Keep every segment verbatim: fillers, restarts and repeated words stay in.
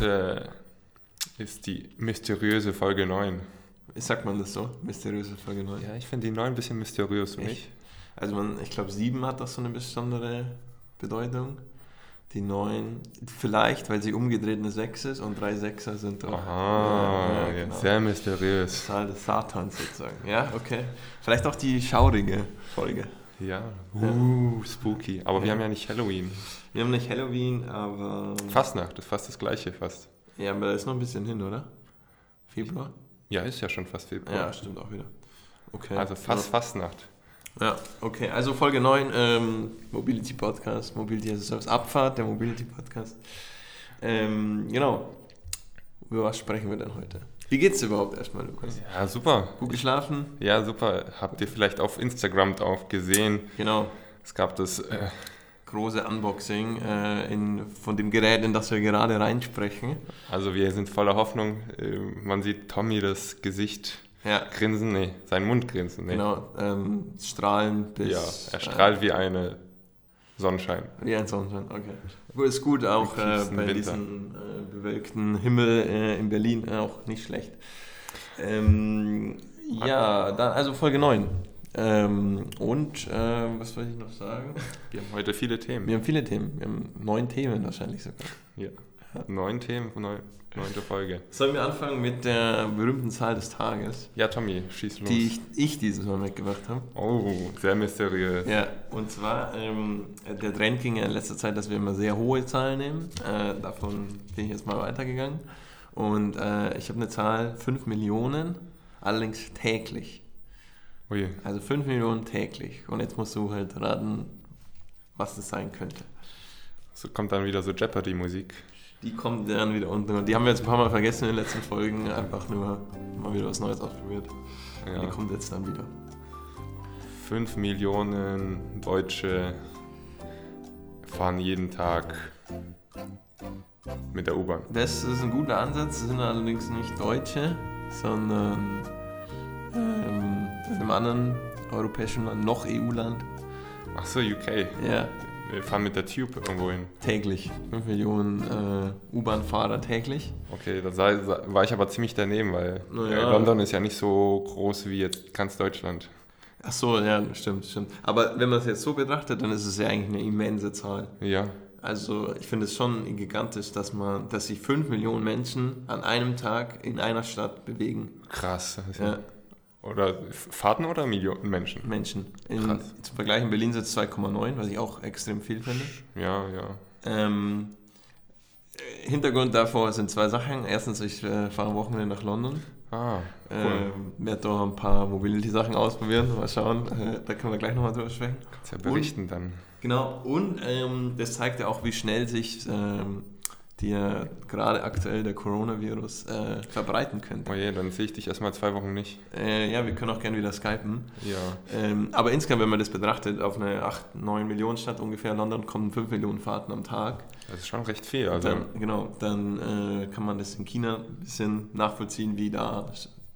Heute ist die mysteriöse Folge neun. Sagt man das so? Mysteriöse Folge neun? Ja, ich finde die neun ein bisschen mysteriös für Echt? mich. Also man, ich glaube sieben hat doch so eine besondere Bedeutung. Die neun, vielleicht, weil sie umgedreht eine sechs ist und drei Sechser sind doch. Aha, ja, ja, genau. sehr mysteriös. Zahl des Satans sozusagen. Ja, okay. Vielleicht auch die schaurige Folge. Ja, uh, spooky. Aber Ja. wir haben ja nicht Halloween. Wir haben nicht Halloween, aber... Fastnacht, das ist fast das gleiche fast. Ja, aber da ist noch ein bisschen hin, oder? Februar? Ja, ist ja schon fast Februar. Ja, stimmt auch wieder. Okay. Also fast ja. Fastnacht. Ja, okay. Also Folge neun, ähm, Mobility Podcast, Mobility as a Service, Abfahrt, der Mobility Podcast. Ähm, genau. Über was sprechen wir denn heute? Wie geht's dir überhaupt erstmal, Lukas? Ja, super. Gut geschlafen? Ja, super. Habt ihr vielleicht auf Instagram auch gesehen? Genau. Es gab das... Äh, große Unboxing äh, in, von dem Gerät, in das wir gerade reinsprechen. Also wir sind voller Hoffnung. Äh, man sieht Tommy das Gesicht ja. grinsen, nee, seinen Mund grinsen. Nee. Genau, ähm, strahlen bis... Ja, er strahlt äh, wie eine Sonnenschein. Wie ein Sonnenschein, okay. Gut, ist gut, auch äh, bei Winter. diesem äh, bewölkten Himmel äh, in Berlin äh, auch nicht schlecht. Ähm, ja, dann, also Folge neun. Ähm, und, äh, was wollte ich noch sagen? Wir haben heute viele Themen. Wir haben viele Themen. Wir haben neun Themen wahrscheinlich sogar. Ja, ja. neun Themen, neun, neunte Folge. Sollen wir anfangen mit der berühmten Zahl des Tages? Ja, Tommy, schieß los. Die ich, ich dieses Mal mitgebracht habe. Oh, sehr mysteriös. Ja, und zwar, ähm, der Trend ging ja in letzter Zeit, dass wir immer sehr hohe Zahlen nehmen. Äh, davon bin ich jetzt mal weitergegangen. Und äh, ich habe eine Zahl, fünf Millionen, allerdings täglich. Ui. Also fünf Millionen täglich. Und jetzt musst du halt raten, was das sein könnte. So kommt dann wieder so Jeopardy-Musik. Die kommt dann wieder unten. Die haben wir jetzt ein paar Mal vergessen in den letzten Folgen. Einfach nur mal wieder was Neues ausprobiert. Ja. Und die kommt jetzt dann wieder. fünf Millionen Deutsche fahren jeden Tag mit der U-Bahn. Das ist ein guter Ansatz. Das sind allerdings nicht Deutsche, sondern... Ähm, in einem anderen europäischen Land, noch E U-Land. Ach so, U K. Ja. Wir fahren mit der Tube irgendwo hin. Täglich. fünf Millionen äh, U-Bahn-Fahrer täglich. Okay, da war ich aber ziemlich daneben, weil naja. London ist ja nicht so groß wie jetzt ganz Deutschland. Ach so, ja, stimmt, stimmt. Aber wenn man es jetzt so betrachtet, dann ist es ja eigentlich eine immense Zahl. Ja. Also ich finde es schon gigantisch, dass man, dass sich fünf Millionen Menschen an einem Tag in einer Stadt bewegen. Krass. Ja. Oder Fahrten oder Millionen Menschen? Menschen. In, zum Vergleich in Berlin sind es zwei Komma neun, was ich auch extrem viel finde. Ja, ja. Ähm, Hintergrund davor sind zwei Sachen. Erstens, ich äh, fahre am Wochenende nach London. Ah, cool. Äh, werde da ein paar Mobility-Sachen ausprobieren. Mal schauen. Äh, da können wir gleich nochmal drüber sprechen. Kannst ja berichten und, dann. Genau. Und ähm, das zeigt ja auch, wie schnell sich ähm, der gerade aktuell der Coronavirus äh, verbreiten könnte. Oh je, dann sehe ich dich erstmal zwei Wochen nicht. Äh, ja, wir können auch gerne wieder skypen. Ja. Ähm, aber insgesamt, wenn man das betrachtet, auf eine acht, neun Millionen Stadt ungefähr, London kommen fünf Millionen Fahrten am Tag. Das ist schon recht viel. Also. Dann, genau, dann äh, kann man das in China ein bisschen nachvollziehen, wie da,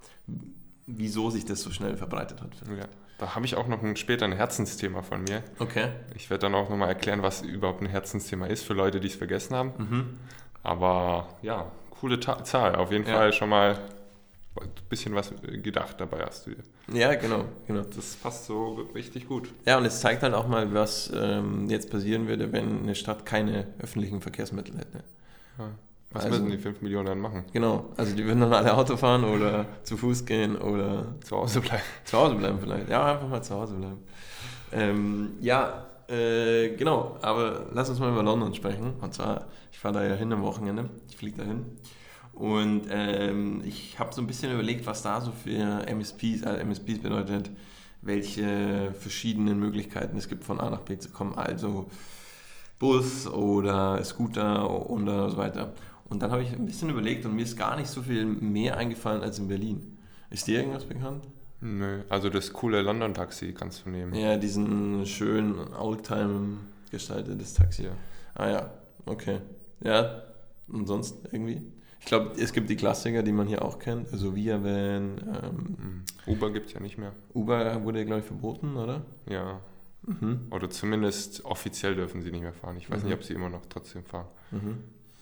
wieso sich das so schnell verbreitet hat. Ja. Da habe ich auch noch ein, später ein Herzensthema von mir. Okay. Ich werde dann auch nochmal erklären, was überhaupt ein Herzensthema ist für Leute, die es vergessen haben. Mhm. Aber ja, coole Ta- Zahl. Auf jeden ja. Fall schon mal ein bisschen was gedacht dabei hast du dir. Ja, genau, genau. Das passt so richtig gut. Ja, und es zeigt halt auch mal, was ähm, jetzt passieren würde, wenn eine Stadt keine öffentlichen Verkehrsmittel hätte. Ja. Was also, müssen die fünf Millionen dann machen? Genau, also die würden dann alle Auto fahren oder zu Fuß gehen oder zu Hause bleiben. Zu Hause bleiben vielleicht, ja, einfach mal zu Hause bleiben. Ähm, ja, äh, genau, aber lass uns mal über London sprechen. Und zwar, ich fahre da ja hin am Wochenende, ich fliege da hin. Und ähm, ich habe so ein bisschen überlegt, was da so für M S Ps, also M S Ps bedeutet, welche verschiedenen Möglichkeiten es gibt, von A nach B zu kommen. Also Bus oder Scooter und so weiter. Und dann habe ich ein bisschen überlegt und mir ist gar nicht so viel mehr eingefallen als in Berlin. Ist dir irgendwas bekannt? Nö, also das coole London-Taxi kannst du nehmen. Ja, diesen schönen Oldtime gestaltetes Taxi. Ja. Ah ja, okay. Ja, und sonst irgendwie? Ich glaube, es gibt die Klassiker, die man hier auch kennt, also Via Van. Ähm, Uber gibt es ja nicht mehr. Uber wurde, glaube ich, verboten, oder? Ja. Mhm. Oder zumindest offiziell dürfen sie nicht mehr fahren. Ich weiß mhm. nicht, ob sie immer noch trotzdem fahren. Mhm.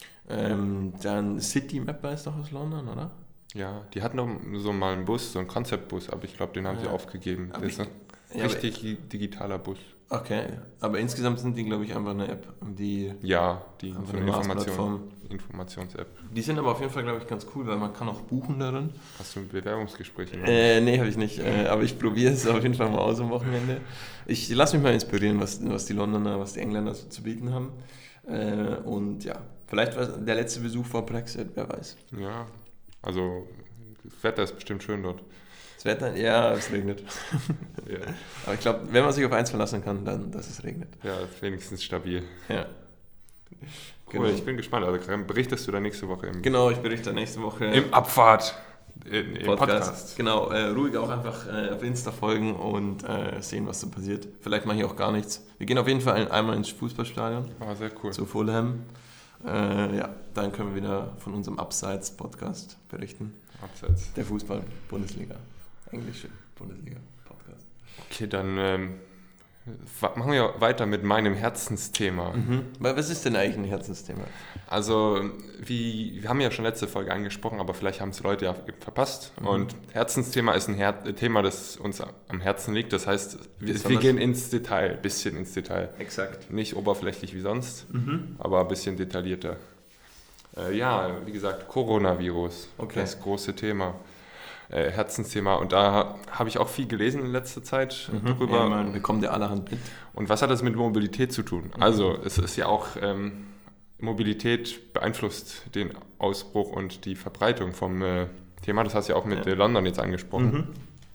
Ähm, dann Citymapper ist doch aus London, oder? Ja, die hatten doch so mal einen Bus, so einen Konzeptbus, aber ich glaube, den haben Ja. sie aufgegeben. Aber Das ist ein ich- ja, richtig digitaler Bus. Okay, aber insgesamt sind die, glaube ich, einfach eine App, die Ja, die einfach so eine eine Maßplattform. Information, Informations-App. Die sind aber auf jeden Fall, glaube ich, ganz cool, weil man kann auch buchen darin. Hast du ein Bewerbungsgespräch? Ne? Äh, nee, habe ich nicht. Äh, aber ich probiere es auf jeden Fall mal aus am Wochenende. Ich lasse mich mal inspirieren, was, was die Londoner, was die Engländer so zu bieten haben. Äh, und ja, vielleicht war der letzte Besuch vor Brexit, wer weiß. Ja, also das Wetter ist bestimmt schön dort. Das Wetter, ja, es regnet. Ja, Aber ich glaube, wenn man sich auf eins verlassen kann, dann, dass es regnet. ja ist wenigstens stabil. Ja. Cool, ich bin gespannt. Also berichtest du dann nächste Woche im, Genau, ich berichte nächste Woche im Abfahrt, in, im Podcast. Podcast. Genau, äh, ruhig auch einfach äh, auf Insta folgen und äh, sehen, was so passiert. Vielleicht mache ich auch gar nichts. Wir gehen auf jeden Fall einmal ins Fußballstadion, Ah, sehr cool. zu Fulham. Äh, ja, dann können wir wieder von unserem Abseits-Podcast berichten. Abseits. Der Fußball-Bundesliga. Englische Bundesliga-Podcast. Okay, dann ähm, wa- machen wir weiter mit meinem Herzensthema. Mhm. Weil was ist denn eigentlich ein Herzensthema? Also, wie, wir haben ja schon letzte Folge angesprochen, aber vielleicht haben es Leute ja verpasst. Mhm. Und Herzensthema ist ein Her Thema, das uns am Herzen liegt. Das heißt, wir, Besonders- wir gehen ins Detail, ein bisschen ins Detail. Exakt. Nicht oberflächlich wie sonst, Mhm. aber ein bisschen detaillierter. Äh, ja, wie gesagt, Coronavirus, Okay. das große Thema, äh, Herzensthema. Und da habe ich auch viel gelesen in letzter Zeit Mhm. darüber. Ja, man bekommt ja allerhand mit. Und was hat das mit Mobilität zu tun? Mhm. Also, es ist ja auch, ähm, Mobilität beeinflusst den Ausbruch und die Verbreitung vom äh, Thema. Das hast du ja auch mit Ja. äh, London jetzt angesprochen. Mhm.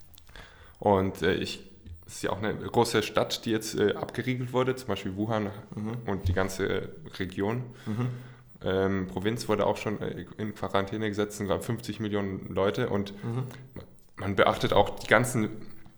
Und äh, ich, es ist ja auch eine große Stadt, die jetzt äh, abgeriegelt wurde, zum Beispiel Wuhan Mhm. und die ganze äh, Region. Mhm. Ähm, Provinz wurde auch schon äh, in Quarantäne gesetzt, sind gerade fünfzig Millionen Leute. Und Mhm. man beachtet auch die ganzen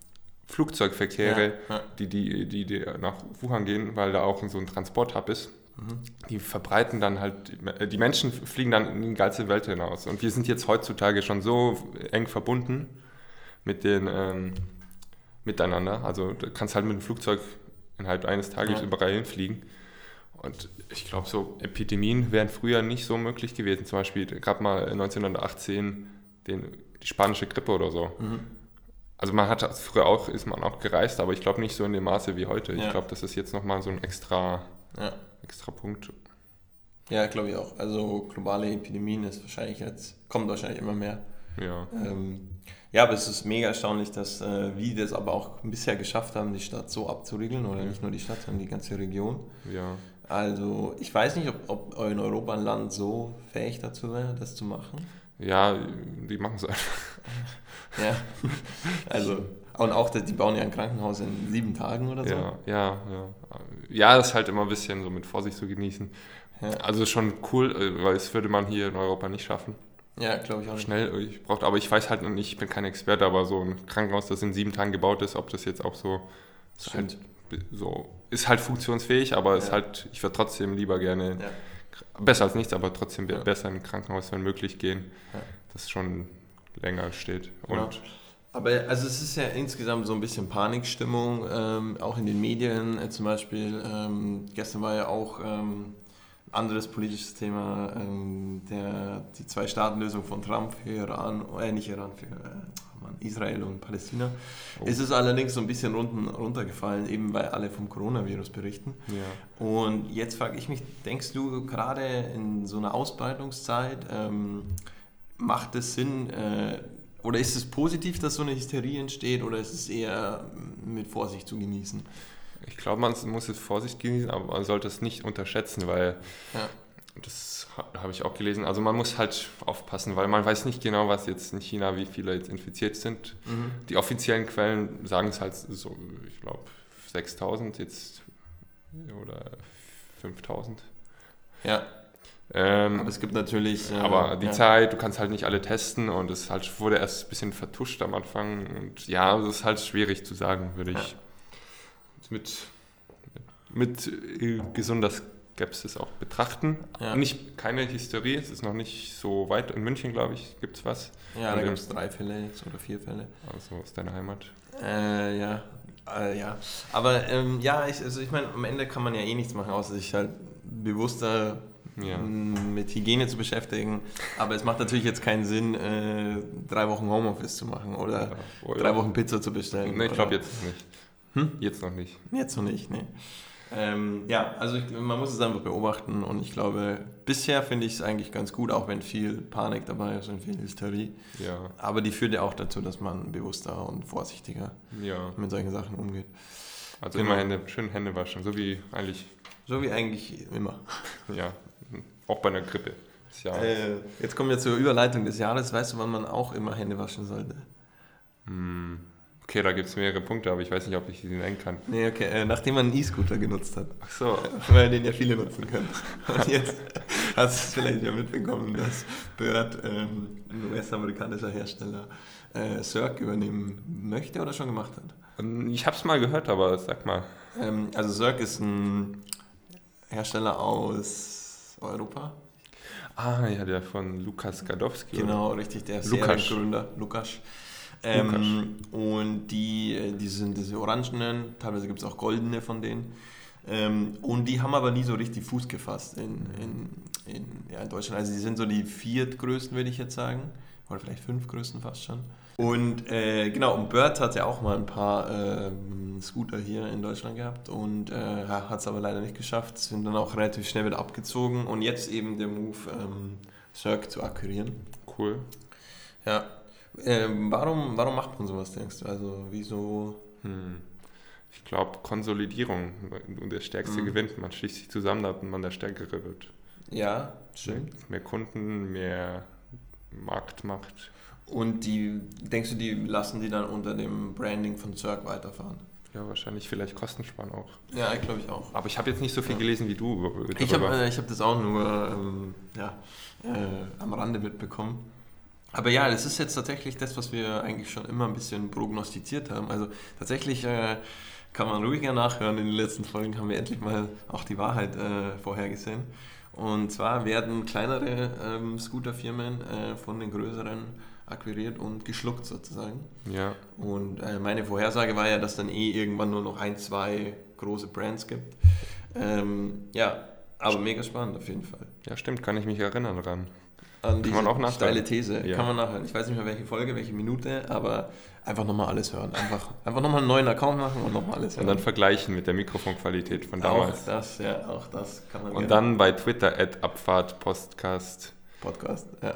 Flugzeugverkehre, Ja, ja. die, die, die, die nach Wuhan gehen, weil da auch so ein Transporthub ist. Mhm. Die verbreiten dann halt, die Menschen fliegen dann in die ganze Welt hinaus. Und wir sind jetzt heutzutage schon so eng verbunden mit den, ähm, miteinander. Also du kannst halt mit dem Flugzeug innerhalb eines Tages Ja. überall hinfliegen. Und ich glaube, so Epidemien wären früher nicht so möglich gewesen. Zum Beispiel gerade mal neunzehnhundertachtzehn den, die spanische Grippe oder so. Mhm. Also man hat früher auch, ist man auch gereist, aber ich glaube nicht so in dem Maße wie heute. Ja. Ich glaube, das ist jetzt nochmal so ein extra, Ja. extra Punkt. Ja, glaube ich auch. Also globale Epidemien ist wahrscheinlich jetzt, kommt wahrscheinlich immer mehr. Ja. Ähm, ja, aber es ist mega erstaunlich, dass äh, wie die das aber auch bisher geschafft haben, die Stadt so abzuriegeln, oder nicht nur die Stadt, sondern die ganze Region. Ja. Also ich weiß nicht, ob, ob in Europa ein Land so fähig dazu wäre, das zu machen. Ja, die machen es einfach. Ja, also und auch, die bauen ja ein Krankenhaus in sieben Tagen oder so. Ja, ja, ja. Ja, das ist halt immer ein bisschen so mit Vorsicht zu genießen. Ja. Also schon cool, äh, weil das würde man hier in Europa nicht schaffen. Ja, glaube ich auch nicht. Schnell, ich braucht, aber ich weiß halt noch nicht, ich bin kein Experte, aber so ein Krankenhaus, das in sieben Tagen gebaut ist, ob das jetzt auch so, ist halt, so ist halt funktionsfähig, aber ist Ja. halt, ich würde trotzdem lieber gerne, Ja. besser als nichts, aber trotzdem be- Ja. besser in ein Krankenhaus, wenn möglich, gehen, Ja. das schon länger steht. Genau. Und Aber also es ist ja insgesamt so ein bisschen Panikstimmung, ähm, auch in den Medien. Äh, zum Beispiel, ähm, gestern war ja auch ähm, ein anderes politisches Thema, ähm, der, die Zwei-Staaten-Lösung von Trump für Iran, äh, nicht Iran, für äh, oh Mann, Israel und Palästina. Oh. Es ist allerdings so ein bisschen runten, runtergefallen, eben weil alle vom Coronavirus berichten. ja. Und jetzt frage ich mich, denkst du gerade in so einer Ausbreitungszeit, ähm, macht es Sinn, äh, oder ist es positiv, dass so eine Hysterie entsteht, oder ist es eher mit Vorsicht zu genießen? Ich glaube, man muss es Vorsicht genießen, aber man sollte es nicht unterschätzen, weil Ja. das ha- habe ich auch gelesen. Also man muss halt aufpassen, weil man weiß nicht genau, was jetzt in China, wie viele jetzt infiziert sind. Mhm. Die offiziellen Quellen sagen es halt so, ich glaube, sechstausend jetzt oder fünftausend. Ja, Ähm, aber es gibt natürlich... äh, aber die ja. Zeit, du kannst halt nicht alle testen und es halt wurde erst ein bisschen vertuscht am Anfang. Und ja, es ist halt schwierig zu sagen, würde ich mit, mit äh, gesunder Skepsis auch betrachten. Ja. Nicht, keine Hysterie, es ist noch nicht so weit. In München, glaube ich, gibt es was. Ja, da Und gibt es drei Fälle jetzt oder vier Fälle. Also aus deiner Heimat. Äh, ja, äh, ja. Aber ähm, ja, ich, also ich meine, am Ende kann man ja eh nichts machen, außer sich halt bewusster ja. mit Hygiene zu beschäftigen. Aber es macht natürlich jetzt keinen Sinn, äh, drei Wochen Homeoffice zu machen oder, Ja, oder drei Wochen Pizza zu bestellen. Nee, ich glaube oder, jetzt nicht. Hm? Jetzt noch nicht. Jetzt noch nicht, ne. Ähm, ja, also ich, man muss es einfach beobachten und ich glaube, bisher finde ich es eigentlich ganz gut, auch wenn viel Panik dabei ist und viel Hysterie. Ja, Aber die führt ja auch dazu, dass man bewusster und vorsichtiger ja. mit solchen Sachen umgeht. Also Genau. immer Hände, schön Hände waschen, so wie eigentlich, So wie eigentlich immer. ja, auch bei einer Grippe. Ist ja, Äh, jetzt kommen wir zur Überleitung des Jahres. Weißt du, wann man auch immer Hände waschen sollte? hm, okay, da gibt es mehrere Punkte, aber ich weiß nicht, ob ich die nennen kann. Nee, okay, äh, nachdem man einen E-Scooter genutzt hat. Ach so, Weil den ja viele nutzen können. Und jetzt hast du es vielleicht ja mitbekommen, dass Bird, ähm, ein U S-amerikanischer Hersteller, äh, Cirque übernehmen möchte oder schon gemacht hat. Und ich habe es mal gehört, aber sag mal. Ähm, also Cirque ist ein Hersteller aus Europa. Ah, ja, der von Lukas Gadowski. Genau, richtig, der Lukas. Seriengründer, Lukas. Ähm, und die, äh, die sind diese orangenen, teilweise gibt es auch goldene von denen. Ähm, und die haben aber nie so richtig Fuß gefasst in, in, in, ja, in Deutschland. Also die sind so die viertgrößten, würde ich jetzt sagen. Oder vielleicht fünftgrößten fast schon. Und äh, genau, und Bird hat ja auch mal ein paar ähm, Scooter hier in Deutschland gehabt und äh, hat es aber leider nicht geschafft. Sind dann auch relativ schnell wieder abgezogen. Und jetzt eben der Move, ähm, Cirque zu akquirieren. Cool. Ja. Ähm, warum, warum macht man sowas, denkst du? Also wieso? Hm. Ich glaube, Konsolidierung und der Stärkste Mhm. gewinnt. Man schließt sich zusammen, damit man der Stärkere wird. Ja, stimmt. Mehr Kunden, mehr Marktmacht. Und die, denkst du, die lassen die dann unter dem Branding von Cirque weiterfahren? Ja, wahrscheinlich vielleicht Kosten sparen auch. Ja, glaube ich auch. Aber ich habe jetzt nicht so viel Ja. gelesen wie du. darüber. Ich habe äh, ich hab das auch nur ähm, ja, äh, am Rande mitbekommen. Aber ja, das ist jetzt tatsächlich das, was wir eigentlich schon immer ein bisschen prognostiziert haben. Also tatsächlich äh, kann man ruhiger nachhören. In den letzten Folgen haben wir endlich mal auch die Wahrheit äh, vorhergesehen. Und zwar werden kleinere ähm, Scooterfirmen äh, von den größeren akquiriert und geschluckt sozusagen. Ja, Und äh, meine Vorhersage war ja, dass dann eh irgendwann nur noch ein, zwei große Brands gibt. Ähm, ja, aber mega spannend auf jeden Fall. ja, stimmt, kann ich mich erinnern daran. An diese man auch nachhören. steile These. Ja. Kann man nachhören. Ich weiß nicht mehr, welche Folge, welche Minute, aber einfach nochmal alles hören. Einfach, einfach nochmal einen neuen Account machen und nochmal alles Und hören. dann vergleichen mit der Mikrofonqualität von auch damals. das, ja, auch das kann man Und gerne. dann bei Twitter at Abfahrt-Podcast Podcast, ja,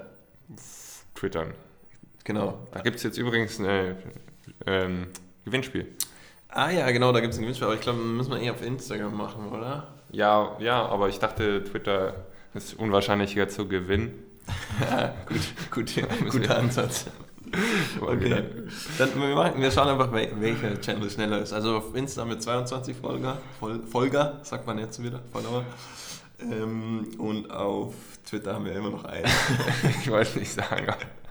twittern. genau. Da gibt es jetzt übrigens ein ähm, Gewinnspiel. Ah ja, genau, da gibt es ein Gewinnspiel, aber ich glaube, müssen wir eh auf Instagram machen, oder? Ja, ja, aber ich dachte, Twitter ist unwahrscheinlicher zu gewinnen. Ja, gut, gut, guter Ansatz. Okay. Okay. Dann, wir, machen, wir schauen einfach, wel- welcher Channel schneller ist. Also auf Insta mit zweiundzwanzig Folger, Fol Folger, sagt man jetzt wieder, Follower. Ähm, und auf Twitter haben wir immer noch einen. Ich wollte nicht sagen.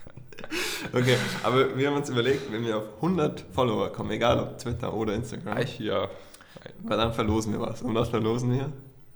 Okay, aber wir haben uns überlegt, wenn wir auf hundert Follower kommen, egal ob Twitter oder Instagram, Ich ja. weil dann verlosen wir was. Und was verlosen wir?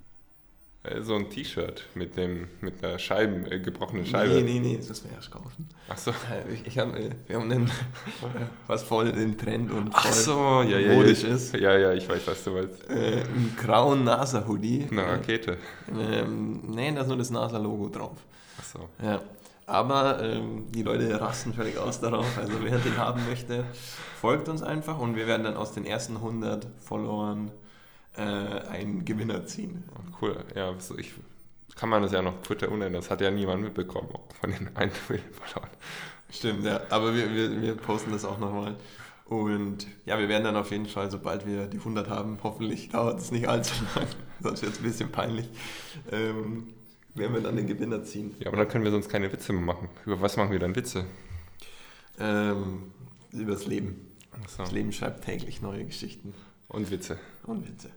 Äh, So ein T-Shirt mit dem mit einer Scheiben, äh, gebrochenen Scheibe. Nee, nee, nee, das müssen wir erst kaufen. Ach so. Äh, Ich, ich hab, äh, wir haben einen, was voll im Trend und voll Ach so, ja, ja, modisch ja. ist. Ja, ja, ich weiß, was du meinst. Äh, einen grauen NASA-Hoodie. Eine Rakete. Ähm, nee, da ist nur das NASA-Logo drauf. Ach so. Ja. Aber ähm, die Leute rasten völlig aus darauf. Also wer den haben möchte, folgt uns einfach und wir werden dann aus den ersten hundert Followern äh, einen Gewinner ziehen. Cool. Ja, so ich kann man das ja noch Twitter umändern. Das hat ja niemand mitbekommen auch von den einen verloren. Stimmt, ja. Aber wir, wir, wir posten das auch nochmal. Und ja, wir werden dann auf jeden Fall, sobald wir die hundert haben, hoffentlich dauert es nicht allzu lang, sonst wird es ein bisschen peinlich, ähm, werden wir dann den Gewinner ziehen. Ja, aber dann können wir sonst keine Witze mehr machen. Über was machen wir dann Witze? Ähm, über das Leben. Ach so. Das Leben schreibt täglich neue Geschichten Und Witze. und Witze.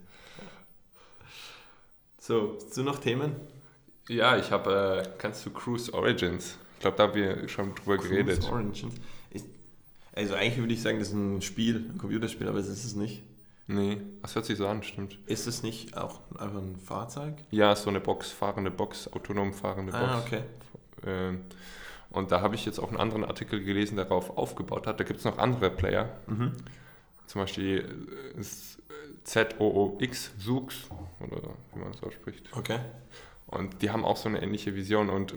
So, hast du noch Themen? Ja, ich habe, äh, kannst du Cruise Origins? Ich glaube, da haben wir schon drüber geredet. Cruise Origins. Ich, also eigentlich würde ich sagen, das ist ein Spiel, ein Computerspiel, aber es ist es nicht. Nee, das hört sich so an, stimmt. Ist es nicht auch einfach ein Fahrzeug? Ja, so eine Box, fahrende Box, autonom fahrende Box. Ah, okay. Ähm, und da habe ich jetzt auch einen anderen Artikel gelesen, der darauf aufgebaut hat. Da gibt es noch andere Player, Mhm. zum Beispiel äh, Z O O X, Zoox, oder wie man es ausspricht. Okay. Und die haben auch so eine ähnliche Vision und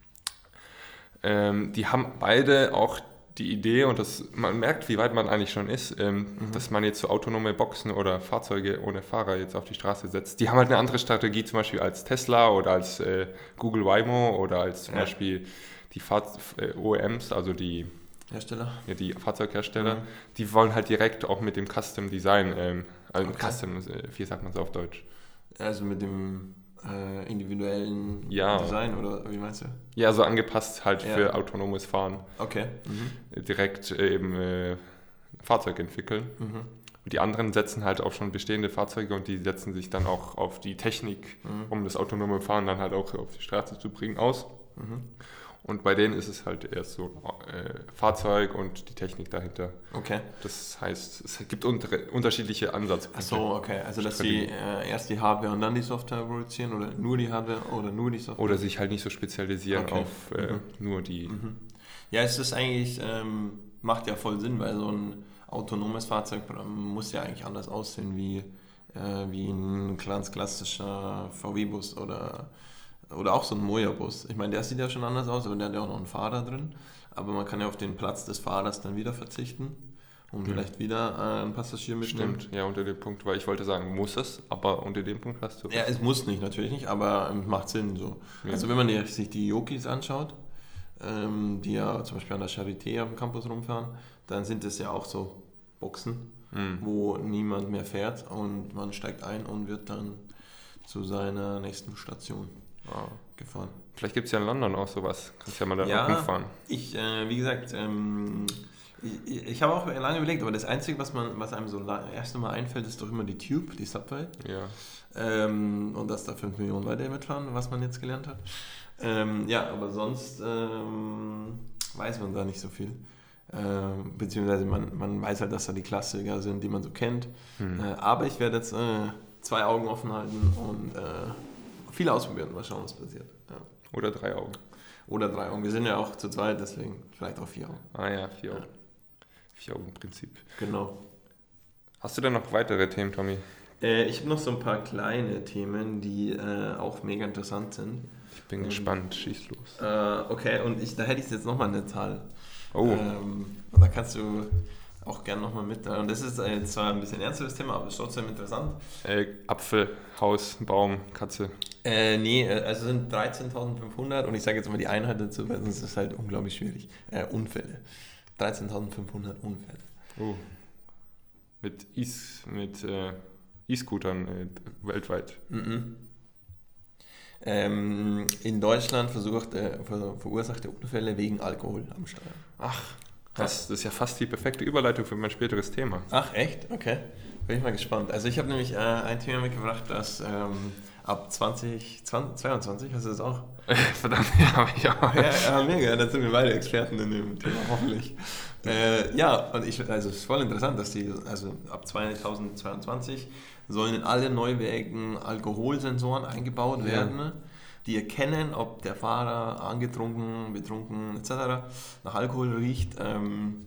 ähm, die haben beide auch die Idee, und das, man merkt, wie weit man eigentlich schon ist, ähm, mhm. dass man jetzt so autonome Boxen oder Fahrzeuge ohne Fahrer jetzt auf die Straße setzt. Die haben halt eine andere Strategie, zum Beispiel als Tesla oder als äh, Google Waymo oder als zum ja. Beispiel die Fahr- äh, O E Ms, also die Hersteller. Ja, die Fahrzeughersteller, mhm. die wollen halt direkt auch mit dem Custom Design, ähm, also okay. Custom, wie sagt man es auf Deutsch? Also mit dem äh, individuellen ja. Design, oder wie meinst du? Ja, so angepasst halt ja. für autonomes Fahren. Okay. Mhm. Direkt eben äh, Fahrzeug entwickeln. Mhm. Und die anderen setzen halt auch schon bestehende Fahrzeuge und die setzen sich dann auch auf die Technik, mhm. um das autonome Fahren dann halt auch auf die Straße zu bringen, aus. Mhm. Und bei denen ist es halt erst so äh, Fahrzeug und die Technik dahinter. Okay. Das heißt, es gibt unter, unterschiedliche Ansatzpunkte. Ach so, okay. Also dass sie äh, erst die Hardware und dann die Software produzieren oder nur die Hardware oder nur die Software? Oder sich halt nicht so spezialisieren okay. auf äh, mhm. nur die... Mhm. Ja, es ist eigentlich, ähm, macht ja voll Sinn, weil so ein autonomes Fahrzeug muss ja eigentlich anders aussehen wie, äh, wie ein ganz klassischer V W-Bus oder... Oder auch so ein Moja-Bus. Ich meine, der sieht ja schon anders aus, aber der hat ja auch noch einen Fahrer drin. Aber man kann ja auf den Platz des Fahrers dann wieder verzichten und mhm. vielleicht wieder äh, einen Passagier mitnehmen. Stimmt, ja, unter dem Punkt, weil ich wollte sagen, muss es, aber unter dem Punkt hast du... Ja, es muss nicht, natürlich nicht, aber ähm, macht Sinn so. Ja. Also wenn man die, sich die Yokis anschaut, ähm, die ja zum Beispiel an der Charité am Campus rumfahren, dann sind es ja auch so Boxen, mhm. wo niemand mehr fährt und man steigt ein und wird dann zu seiner nächsten Station Wow. gefahren. Vielleicht gibt es ja in London auch sowas. Kannst ja mal da ja, rumfahren. Ich, äh, wie gesagt, ähm, ich, ich habe auch lange überlegt, aber das Einzige, was man, was einem so erst einmal einfällt, ist doch immer die Tube, die Subway. Ja. Ähm, und dass da fünf Millionen Leute mitfahren, was man jetzt gelernt hat. Ähm, ja, aber sonst ähm, weiß man da nicht so viel. Ähm, beziehungsweise man, man weiß halt, dass da die Klassiker sind, die man so kennt. Hm. Äh, aber ich werde jetzt äh, zwei Augen offen halten und äh, viel ausprobieren, mal schauen, was passiert. Ja. Oder drei Augen. Oder drei Augen. Wir sind ja auch zu zweit, deswegen vielleicht auch vier Augen. Ah ja, vier Augen. Ja. Vier Augen Prinzip. Genau. Hast du denn noch weitere Themen, Tommy? Äh, ich habe noch so ein paar kleine Themen, die äh, auch mega interessant sind. Ich bin ähm, gespannt, schieß los. Äh, okay, und ich, da hätte ich jetzt nochmal eine Zahl. Oh. Ähm, und da kannst du auch gerne nochmal mit. Und das ist jetzt zwar ein bisschen ernsteres Thema, aber ist trotzdem interessant. Äh, Apfel, Haus, Baum, Katze. Äh, nee, also sind dreizehntausendfünfhundert und ich sage jetzt mal die Einheit dazu, weil sonst ist es halt unglaublich schwierig. Äh, Unfälle. dreizehntausendfünfhundert Unfälle. Oh. Mit E- mit äh, E-Scootern äh, weltweit. Mhm. Ähm, in Deutschland versucht, äh, verursachte Unfälle wegen Alkohol am Steuer. Ach, das, das ist ja fast die perfekte Überleitung für mein späteres Thema. Ach, echt? Okay. Bin ich mal gespannt. Also ich habe nämlich äh, ein Thema mitgebracht, das ähm, ab zwanzig zweiundzwanzig, hast du das auch? Verdammt, ja, habe ich auch. Ja, ja, mega, da sind wir beide Experten in dem Thema, hoffentlich. Äh, ja, und ich, also es ist voll interessant, dass die, also ab zweitausendzweiundzwanzig sollen in alle Neuwagen Alkoholsensoren eingebaut werden, ja. die erkennen, ob der Fahrer angetrunken, betrunken et cetera nach Alkohol riecht. Ähm,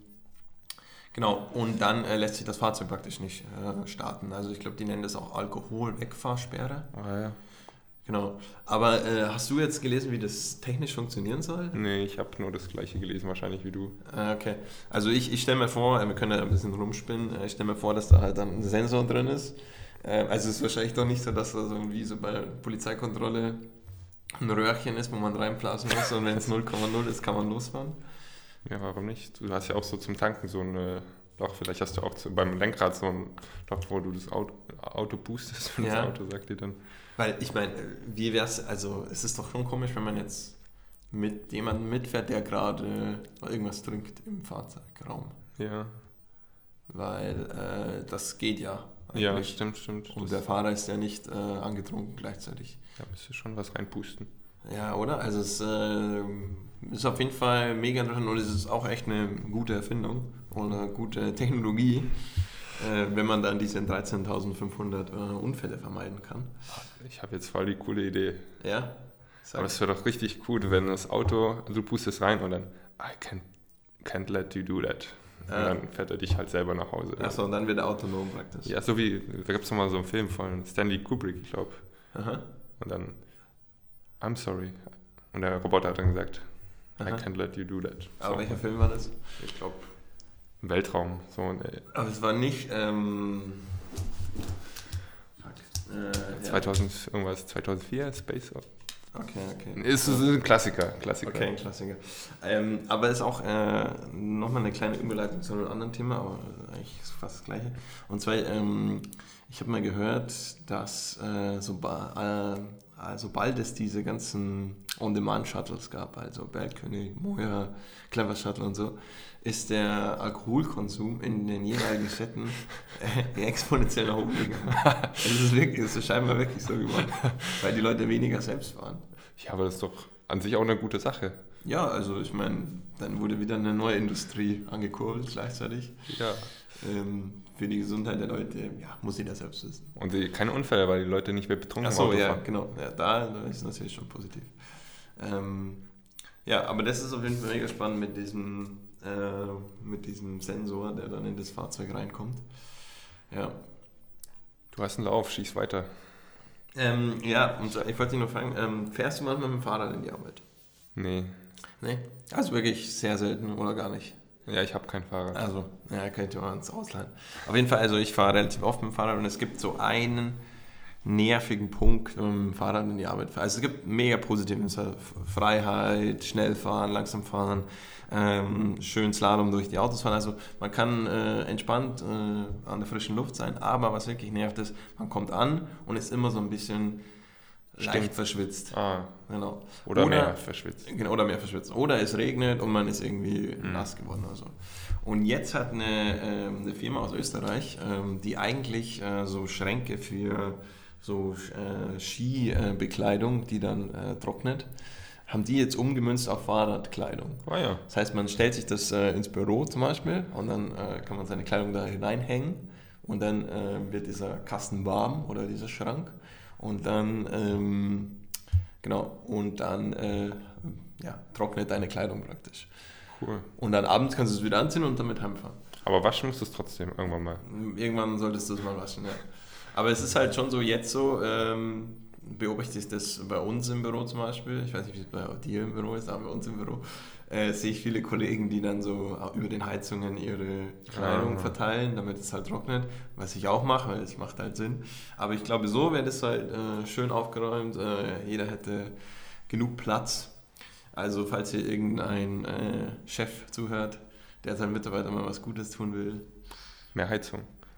genau, und dann äh, lässt sich das Fahrzeug praktisch nicht äh, starten. Also ich glaube, die nennen das auch Alkohol-Wegfahrsperre. Ah, ja. Genau. Aber äh, hast du jetzt gelesen, wie das technisch funktionieren soll? Nee, ich habe nur das gleiche gelesen, wahrscheinlich wie du. Ah, okay. Also ich, ich stelle mir vor, wir können da ein bisschen rumspinnen, ich stelle mir vor, dass da halt dann ein Sensor drin ist. Also es ist wahrscheinlich doch nicht so, dass da so wie so bei der Polizeikontrolle ein Röhrchen ist, wo man reinblasen muss und wenn es null Komma null ist, kann man losfahren. Ja, warum nicht? Du hast ja auch so zum Tanken so ein Loch, vielleicht hast du auch so beim Lenkrad so ein Loch, wo du das Auto, Auto boostest und ja. das Auto sagt dir dann... Weil ich meine, wie wäre es, also es ist doch schon komisch, wenn man jetzt mit jemandem mitfährt, der gerade irgendwas trinkt im Fahrzeugraum. Ja. Weil äh, das geht ja. Eigentlich. Ja, stimmt, stimmt. Und das der Fahrer ist ja nicht äh, angetrunken gleichzeitig. Da müsste schon was reinpusten. Ja, oder? Also es äh, ist auf jeden Fall mega interessant und es ist auch echt eine gute Erfindung und eine gute Technologie, äh, wenn man dann diese dreizehntausendfünfhundert äh, Unfälle vermeiden kann. Ich habe jetzt voll die coole Idee. Ja? Sag. Aber es wäre doch richtig gut, wenn das Auto, du pustest rein und dann I can't, can't let you do that. Und ja. dann fährt er dich halt selber nach Hause. Achso, und dann wird er autonom praktisch. Ja, so wie, da gibt es nochmal so einen Film von Stanley Kubrick, ich glaube. Aha. Und dann I'm sorry. Und der Roboter hat dann gesagt, I Aha. can't let you do that. Aber So. welcher Film war das? Ich glaube, im Weltraum. So, äh, Aber es war nicht, ähm... Fuck. Äh, ja. zweitausend, irgendwas, zweitausendvier, Space. Okay, okay. Ist, ist ein Klassiker. Klassiker. Okay, ein Klassiker. Ähm, aber ist auch äh, nochmal eine kleine Überleitung zu einem anderen Thema, aber eigentlich ist fast das Gleiche. Und zwar, ähm, ich habe mal gehört, dass äh, soba- äh, also sobald es diese ganzen On-Demand-Shuttles gab, also Bergkönig, Moja, Clever Shuttle und so, ist der Alkoholkonsum in den jeweiligen Städten äh, exponentiell nach oben gegangen. Es ist wirklich, es ist scheinbar wirklich so geworden, weil die Leute weniger selbst fahren. Ja, aber das ist doch an sich auch eine gute Sache. Ja, also ich meine, dann wurde wieder eine neue Industrie angekurbelt gleichzeitig. Ja. Ähm, für die Gesundheit der Leute, ja, muss jeder selbst wissen. Und die, keine Unfälle, weil die Leute nicht mehr betrunken Ach so, Auto ja, fahren. genau. Ja, da, da ist natürlich schon positiv. Ähm, ja, aber das ist auf jeden Fall mega spannend mit diesem, äh, mit diesem Sensor, der dann in das Fahrzeug reinkommt. Ja. Du hast einen Lauf, schieß weiter. Ähm, ja, und ich wollte dich nur fragen, ähm, fährst du manchmal mit dem Fahrrad in die Arbeit? Nee. Nee? Also wirklich sehr selten oder gar nicht? Ja, ich habe kein Fahrrad. Also, ja, könnte man ins Ausleihen. Auf jeden Fall, also ich fahre relativ oft mit dem Fahrrad und es gibt so einen nervigen Punkt, wenn man mit dem Fahrrad in die Arbeit fährt. Also es gibt mega positive Sachen. Freiheit, schnell fahren, langsam fahren, ähm, schön Slalom durch die Autos fahren. Also man kann äh, entspannt äh, an der frischen Luft sein, aber was wirklich nervt ist, man kommt an und ist immer so ein bisschen leicht Stimmt. verschwitzt. Ah, Genau. oder, mehr verschwitzt. Genau, oder mehr verschwitzt. Oder es regnet und man ist irgendwie Mhm. nass geworden oder so. Und jetzt hat eine, ähm, eine Firma aus Österreich, ähm, die eigentlich äh, so Schränke für so äh, Skibekleidung, die dann äh, trocknet, haben die jetzt umgemünzt auf Fahrradkleidung. Ah ja. Das heißt, man stellt sich das äh, ins Büro zum Beispiel und dann äh, kann man seine Kleidung da hineinhängen und dann äh, wird dieser Kasten warm oder dieser Schrank und dann ähm, genau und dann äh, ja, trocknet deine Kleidung praktisch. Cool. Und dann abends kannst du es wieder anziehen und damit heimfahren. Aber waschen musst du es trotzdem irgendwann mal. Irgendwann solltest du es mal waschen, ja. Aber es ist halt schon so jetzt so, ähm, beobachte ich das bei uns im Büro zum Beispiel, ich weiß nicht, wie es bei dir im Büro ist, aber bei uns im Büro äh, sehe ich viele Kollegen, die dann so über den Heizungen ihre Kleidung Ja. verteilen, damit es halt trocknet, was ich auch mache, weil es macht halt Sinn. Aber ich glaube, so wäre das halt äh, schön aufgeräumt, äh, jeder hätte genug Platz. Also falls hier irgendein äh, Chef zuhört, der seinen Mitarbeitern mal was Gutes tun will, Mehr Heizung.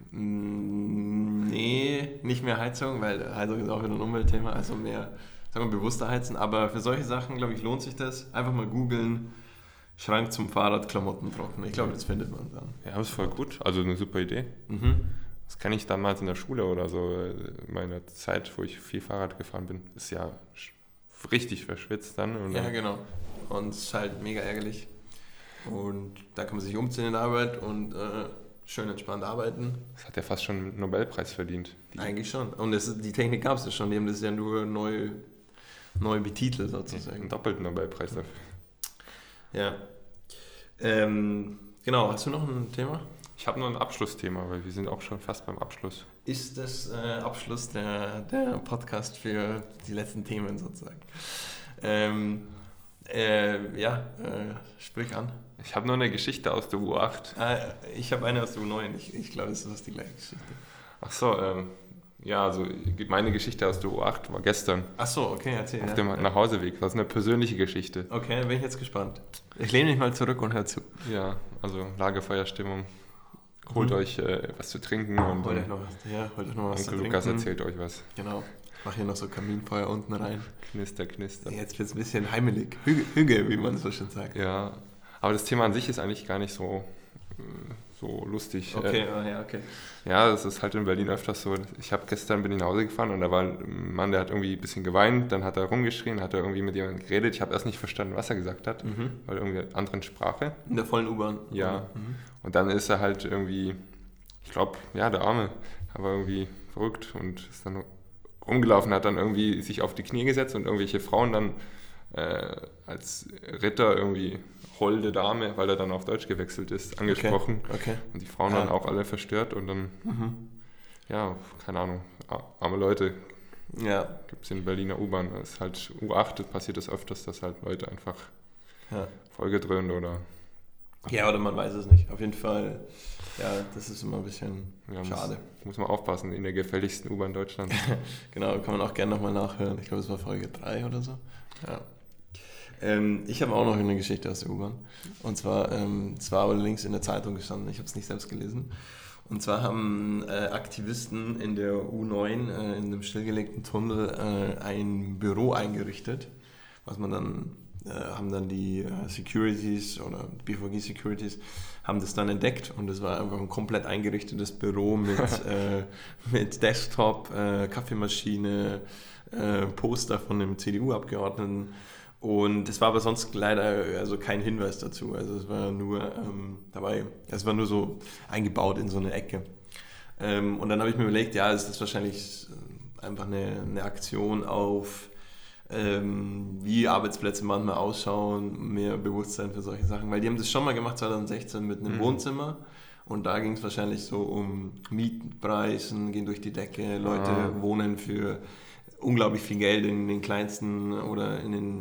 Mm, nee, nicht mehr Heizung, weil Heizung ist auch wieder ein Umweltthema, also mehr, sagen wir, bewusster heizen. Aber für solche Sachen, glaube ich, lohnt sich das. Einfach mal googeln, Schrank zum Fahrrad, Klamotten trocknen. Ich glaube, das findet man dann. Ja, das ist voll gut. Also eine super Idee. Mhm. Das kenne ich damals in der Schule oder so, in meiner Zeit, wo ich viel Fahrrad gefahren bin. Ist ja sch- richtig verschwitzt dann. Und Ja, dann genau. Und es ist halt mega ärgerlich. Und da kann man sich umziehen in der Arbeit und äh, schön entspannt arbeiten. das hat ja fast schon einen Nobelpreis verdient. Die, Eigentlich schon. Und das, die Technik gab es ja schon, die haben das ja nur neu, neu betitelt sozusagen. einen doppelten Nobelpreis dafür. Ja. Ähm, genau, hast du noch ein Thema? Ich habe nur ein Abschlussthema, weil wir sind auch schon fast beim Abschluss. Ist das äh, Abschluss der, der Podcast für die letzten Themen sozusagen? Ähm, äh, ja, äh, sprich an. Ich habe nur eine Geschichte aus der U acht. Äh, ich habe eine aus der U neun, ich, ich glaube, das ist fast die gleiche Geschichte. Ach so, ähm, ja, also meine Geschichte aus der U acht war gestern Ach so, okay, erzähl. auf Ja. dem Nachhauseweg. Das ist eine persönliche Geschichte. Okay, bin ich jetzt gespannt. Ich lehne mich mal zurück und hör zu. Ja, also Lagerfeuerstimmung. Holt Mhm. euch äh, was zu trinken und Holt euch ähm, noch was, ja, holt euch noch was zu Onkel trinken. Lukas erzählt euch was. Genau, ich mache hier noch so Kaminfeuer unten rein. Knister, knister. Jetzt wird es ein bisschen heimelig. Hüge, Hüge, wie man so schön sagt. Ja, aber das Thema an sich ist eigentlich gar nicht so, äh, so lustig. Okay, Äh, ah, ja, okay. ja, das ist halt in Berlin öfters so. Ich habe gestern bin ich nach Hause gefahren und da war ein Mann, der hat irgendwie ein bisschen geweint, dann hat er rumgeschrien, hat er irgendwie mit jemandem geredet. Ich habe erst nicht verstanden, was er gesagt hat, Mhm. weil irgendwie eine andere Sprache. In der vollen U-Bahn? Ja. Mhm. Und dann ist er halt irgendwie, ich glaube, ja, der Arme, aber irgendwie verrückt und ist dann rumgelaufen, hat dann irgendwie sich auf die Knie gesetzt und irgendwelche Frauen dann äh, als Ritter irgendwie holde Dame, weil er dann auf Deutsch gewechselt ist, angesprochen. Okay. Und die Frauen Ah. dann auch alle verstört und dann, Mhm. ja, keine Ahnung, a- arme Leute. Ja. Gibt es in Berliner U-Bahn. Das ist halt U acht, passiert es öfters, dass halt Leute einfach Ja. vollgedröhnt oder... Ja, oder man weiß es nicht. Auf jeden Fall, ja, das ist immer ein bisschen Ja, schade. Muss, muss man aufpassen, in der gefährlichsten U-Bahn Deutschlands. Genau, kann man auch gerne nochmal nachhören. Ich glaube, es war Folge drei oder so. Ja. Ähm, ich habe auch noch eine Geschichte aus der U-Bahn. Und zwar, ähm, es war allerdings in der Zeitung gestanden, ich habe es nicht selbst gelesen. Und zwar haben äh, Aktivisten in der U neun, äh, in einem stillgelegten Tunnel, äh, ein Büro eingerichtet, was man dann, äh, haben dann die äh, Securities oder B V G-Securities, haben das dann entdeckt und es war einfach ein komplett eingerichtetes Büro mit, äh, mit Desktop, äh, Kaffeemaschine, äh, Poster von einem C D U-Abgeordneten. Und es war aber sonst leider also kein Hinweis dazu. Also es war nur ähm, dabei, es war nur so eingebaut in so eine Ecke. Ähm, und dann habe ich mir überlegt, ja, ist das wahrscheinlich einfach eine, eine Aktion auf, ähm, wie Arbeitsplätze manchmal ausschauen, mehr Bewusstsein für solche Sachen. Weil die haben das schon mal gemacht zwanzig sechzehn mit einem mhm. Wohnzimmer. Und da ging es wahrscheinlich so um Mietpreisen, gehen durch die Decke, Leute ah. wohnen für unglaublich viel Geld in den kleinsten oder in den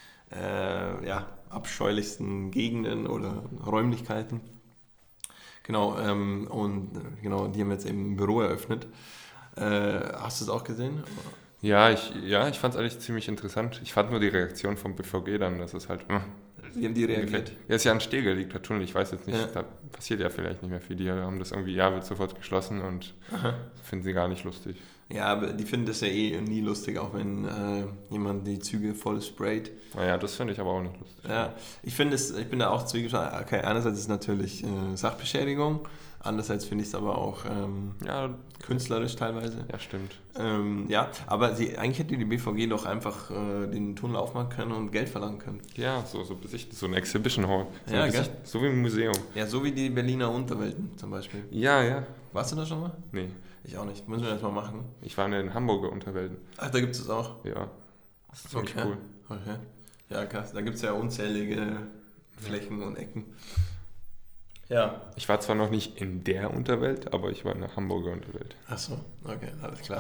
Äh, ja, abscheulichsten Gegenden oder Räumlichkeiten. Genau, ähm, und genau, die haben jetzt eben ein Büro eröffnet. Äh, hast du es auch gesehen? Ja, ich, ja, ich fand es eigentlich ziemlich interessant. Ich fand nur die Reaktion vom B V G dann, dass es halt... Mh, Wie haben die reagiert? Ja, ist ja ein stillgelegter Tunnel, ich weiß jetzt nicht, ja. da passiert ja vielleicht nicht mehr viel. Die haben das irgendwie, ja, wird sofort geschlossen und Aha. finden sie gar nicht lustig. Ja, aber die finden das ja eh nie lustig, auch wenn äh, jemand die Züge voll sprayt. Naja, das finde ich aber auch nicht lustig. Ja, ich finde es, ich bin da auch zwiegespalten. Okay, einerseits ist es natürlich äh, Sachbeschädigung, andererseits finde ich es aber auch ähm, ja, künstlerisch teilweise. Ja, stimmt. Ähm, ja, aber sie, eigentlich hätte die B V G doch einfach äh, den Tunnel aufmachen können und Geld verlangen können. Ja, so, so besichten, so ein Exhibition Hall. So, ja, Besicht, so wie im Museum. Ja, so wie die Berliner Unterwelten zum Beispiel. Ja, ja. Warst du da schon mal? Nee. Ich auch nicht. Müssen wir das mal machen. Ich war in den Hamburger Unterwelten. Ach, da gibt es auch? Ja. Das ist ziemlich okay. cool. Okay. Ja, krass. Da gibt es ja unzählige Flächen und Ecken. Ja. Ich war zwar noch nicht in der Unterwelt, aber ich war in der Hamburger Unterwelt. Ach so, okay, alles klar.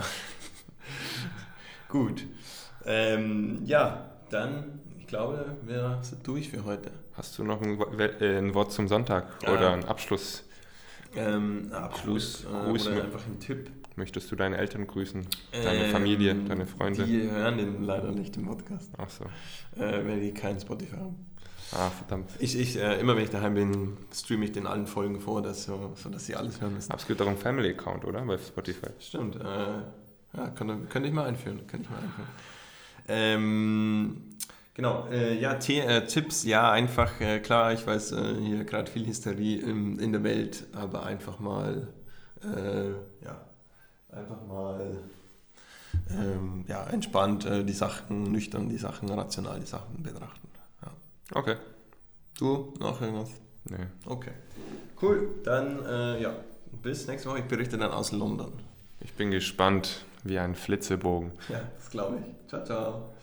Gut. Ähm, ja, dann, ich glaube, wir sind durch für heute. Hast du noch ein, äh, ein Wort zum Sonntag ja. oder einen Abschluss? Ähm, Abschluss Gruß, äh, Gruß oder einfach einen Tipp. Möchtest du deine Eltern grüßen, deine ähm, Familie, deine Freunde? Die hören den leider nicht im Podcast. Ach so. Äh, weil die keinen Spotify haben. Ah, verdammt. Ich, ich, äh, immer wenn ich daheim bin, streame ich den allen Folgen vor, dass, so, so, dass sie alles hören müssen. Aber es gibt auch einen Family-Account, oder? Bei Spotify. Stimmt. Äh, ja, könnte, könnte ich mal einführen. Könnte ich mal einführen. Ähm, genau. Äh, ja, T- äh, Tipps, ja, einfach, äh, klar, ich weiß, äh, hier gerade viel Hysterie in, in der Welt, aber einfach mal, äh, ja, einfach mal ähm, ja, entspannt äh, die Sachen, nüchtern die Sachen, rational die Sachen betrachten. Ja. Okay. Du, noch irgendwas? Nee. Okay. Cool, dann äh, ja, bis nächste Woche. Ich berichte dann aus London. Ich bin gespannt wie ein Flitzebogen. Ja, das glaube ich. Ciao, ciao.